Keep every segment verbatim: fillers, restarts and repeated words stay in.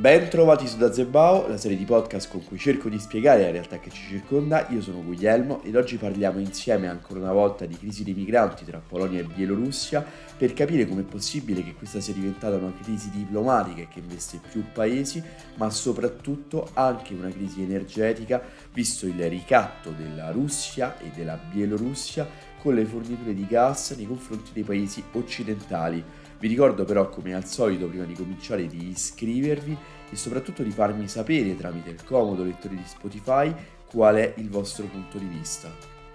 Ben trovati su Dazebao, la serie di podcast con cui cerco di spiegare la realtà che ci circonda. Io sono Guglielmo ed oggi parliamo insieme ancora una volta di crisi dei migranti tra Polonia e Bielorussia per capire com'è possibile che questa sia diventata una crisi diplomatica che investe più paesi, ma soprattutto anche una crisi energetica, visto il ricatto della Russia e della Bielorussia con le forniture di gas nei confronti dei paesi occidentali. Vi ricordo però, come al solito, prima di cominciare, di iscrivervi e soprattutto di farmi sapere tramite il comodo lettore di Spotify qual è il vostro punto di vista.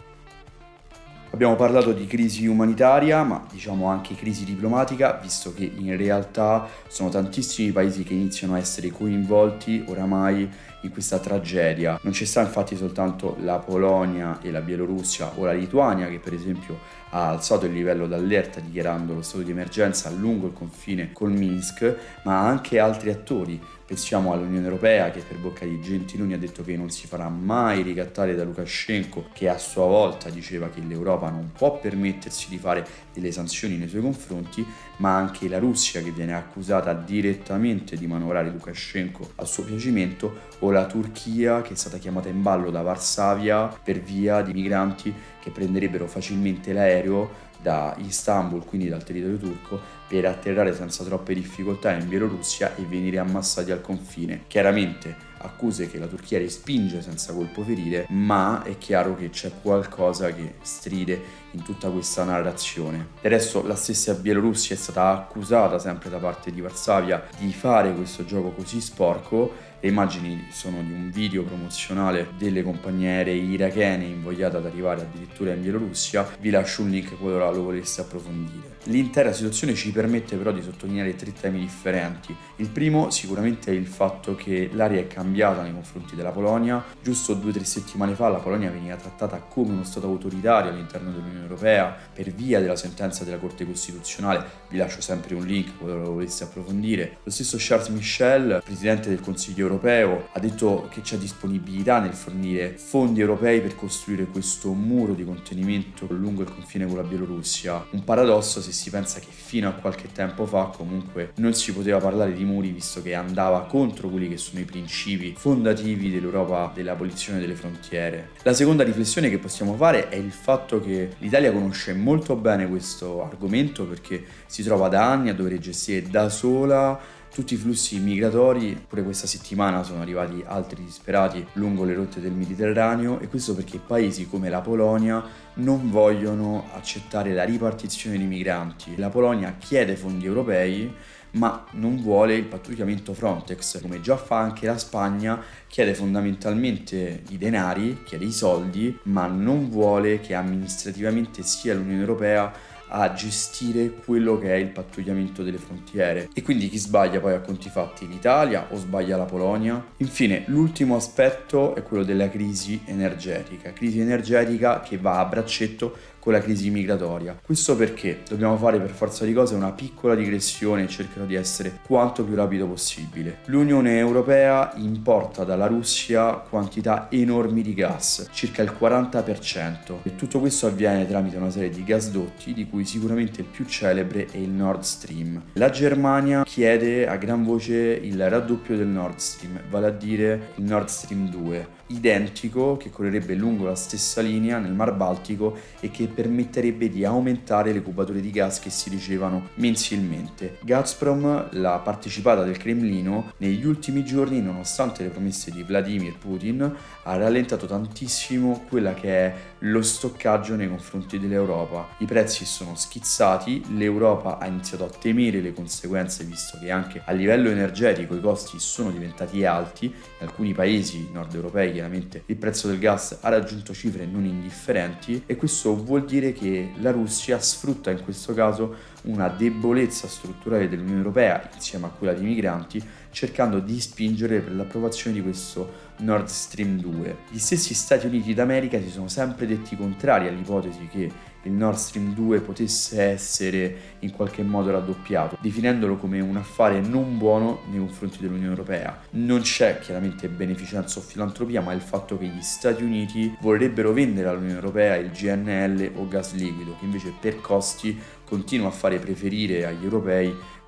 Abbiamo parlato di crisi umanitaria, ma diciamo anche crisi diplomatica, visto che in realtà sono tantissimi paesi che iniziano a essere coinvolti oramai in questa tragedia. Non ci sta infatti soltanto la Polonia e la Bielorussia o la Lituania, che per esempio ha alzato il livello d'allerta dichiarando lo stato di emergenza lungo il confine col Minsk, ma anche altri attori. Pensiamo all'Unione Europea, che per bocca di Gentiloni ha detto che non si farà mai ricattare da Lukashenko, che a sua volta diceva che l'Europa non può permettersi di fare delle sanzioni nei suoi confronti, ma anche la Russia, che viene accusata direttamente di manovrare Lukashenko a suo piacimento, o la Turchia, che è stata chiamata in ballo da Varsavia per via di migranti che prenderebbero facilmente l'aereo da Istanbul, quindi dal territorio turco, per atterrare senza troppe difficoltà in Bielorussia e venire ammassati al confine. Chiaramente accuse che la Turchia respinge senza colpo ferire, ma è chiaro che c'è qualcosa che stride in tutta questa narrazione. Del resto la stessa Bielorussia è stata accusata sempre da parte di Varsavia di fare questo gioco così sporco. Le immagini sono di un video promozionale delle compagnie aeree irachene invogliate ad arrivare addirittura in Bielorussia. Vi lascio un link qualora lo voleste approfondire. L'intera situazione ci permette però di sottolineare tre temi differenti. Il primo sicuramente è il fatto che l'aria è cambiata nei confronti della Polonia. Giusto due o tre settimane fa la Polonia veniva trattata come uno stato autoritario all'interno dell'Unione Europea per via della sentenza della Corte Costituzionale. Vi lascio sempre un link qualora lo voleste approfondire. Lo stesso Charles Michel, presidente del Consiglio europeo, ha detto che c'è disponibilità nel fornire fondi europei per costruire questo muro di contenimento lungo il confine con la Bielorussia. Un paradosso se si pensa che fino a qualche tempo fa comunque non si poteva parlare di muri, visto che andava contro quelli che sono i principi fondativi dell'Europa dell'abolizione delle frontiere. La seconda riflessione che possiamo fare è il fatto che l'Italia conosce molto bene questo argomento, perché si trova da anni a dover gestire da sola tutti i flussi migratori. Pure questa settimana sono arrivati altri disperati lungo le rotte del Mediterraneo, e questo perché paesi come la Polonia non vogliono accettare la ripartizione dei migranti. La Polonia chiede fondi europei, ma non vuole il pattugliamento Frontex, come già fa anche la Spagna. Chiede fondamentalmente i denari, chiede i soldi, ma non vuole che amministrativamente sia l'Unione Europea a gestire quello che è il pattugliamento delle frontiere. E quindi chi sbaglia poi a conti fatti, l'Italia o sbaglia la Polonia? Infine, l'ultimo aspetto è quello della crisi energetica, crisi energetica che va a braccetto con la crisi migratoria. Questo perché dobbiamo fare per forza di cose una piccola digressione e cercherò di essere quanto più rapido possibile. L'Unione Europea importa dalla Russia quantità enormi di gas, circa il quaranta per cento, e tutto questo avviene tramite una serie di gasdotti, di cui sicuramente il più celebre è il Nord Stream. La Germania chiede a gran voce il raddoppio del Nord Stream, vale a dire il Nord Stream due, identico, che correrebbe lungo la stessa linea nel Mar Baltico e che permetterebbe di aumentare le cubature di gas che si ricevano mensilmente. Gazprom, la partecipata del Cremlino, negli ultimi giorni, nonostante le promesse di Vladimir Putin, ha rallentato tantissimo quella che è lo stoccaggio nei confronti dell'Europa. I prezzi sono schizzati, l'Europa ha iniziato a temere le conseguenze, visto che anche a livello energetico i costi sono diventati alti. In alcuni paesi nord europei chiaramente il prezzo del gas ha raggiunto cifre non indifferenti, e questo vuol dire che la Russia sfrutta in questo caso una debolezza strutturale dell'Unione Europea insieme a quella dei migranti, cercando di spingere per l'approvazione di questo Nord Stream due. Gli stessi Stati Uniti d'America si sono sempre detti contrari all'ipotesi che il Nord Stream due potesse essere in qualche modo raddoppiato, definendolo come un affare non buono nei confronti dell'Unione Europea. Non c'è chiaramente beneficenza o filantropia, ma il fatto che gli Stati Uniti vorrebbero vendere all'Unione Europea il G N L o gas liquido, che invece per costi continua a fare preferire agli europei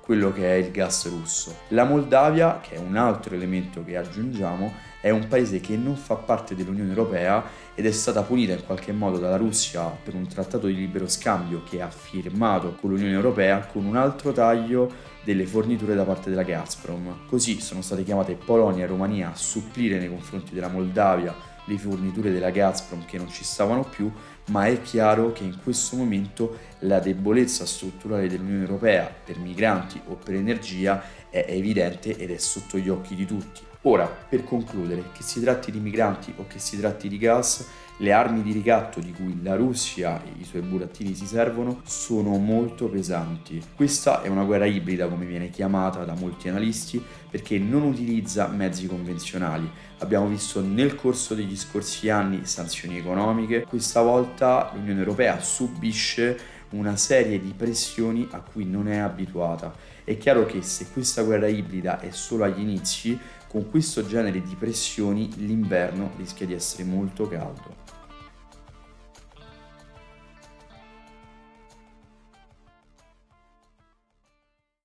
quello che è il gas russo. La Moldavia, che è un altro elemento che aggiungiamo, è un paese che non fa parte dell'Unione Europea ed è stata punita in qualche modo dalla Russia per un trattato di libero scambio che ha firmato con l'Unione Europea, con un altro taglio delle forniture da parte della Gazprom. Così sono state chiamate Polonia e Romania a supplire nei confronti della Moldavia le forniture della Gazprom che non ci stavano più, ma è chiaro che in questo momento la debolezza strutturale dell'Unione Europea per migranti o per energia è evidente ed è sotto gli occhi di tutti. Ora, per concludere, che si tratti di migranti o che si tratti di gas, le armi di ricatto di cui la Russia e i suoi burattini si servono sono molto pesanti. Questa è una guerra ibrida, come viene chiamata da molti analisti, perché non utilizza mezzi convenzionali. Abbiamo visto nel corso degli scorsi anni sanzioni economiche, questa volta l'Unione Europea subisce una serie di pressioni a cui non è abituata. È chiaro che se questa guerra ibrida è solo agli inizi, con questo genere di pressioni l'inverno rischia di essere molto caldo.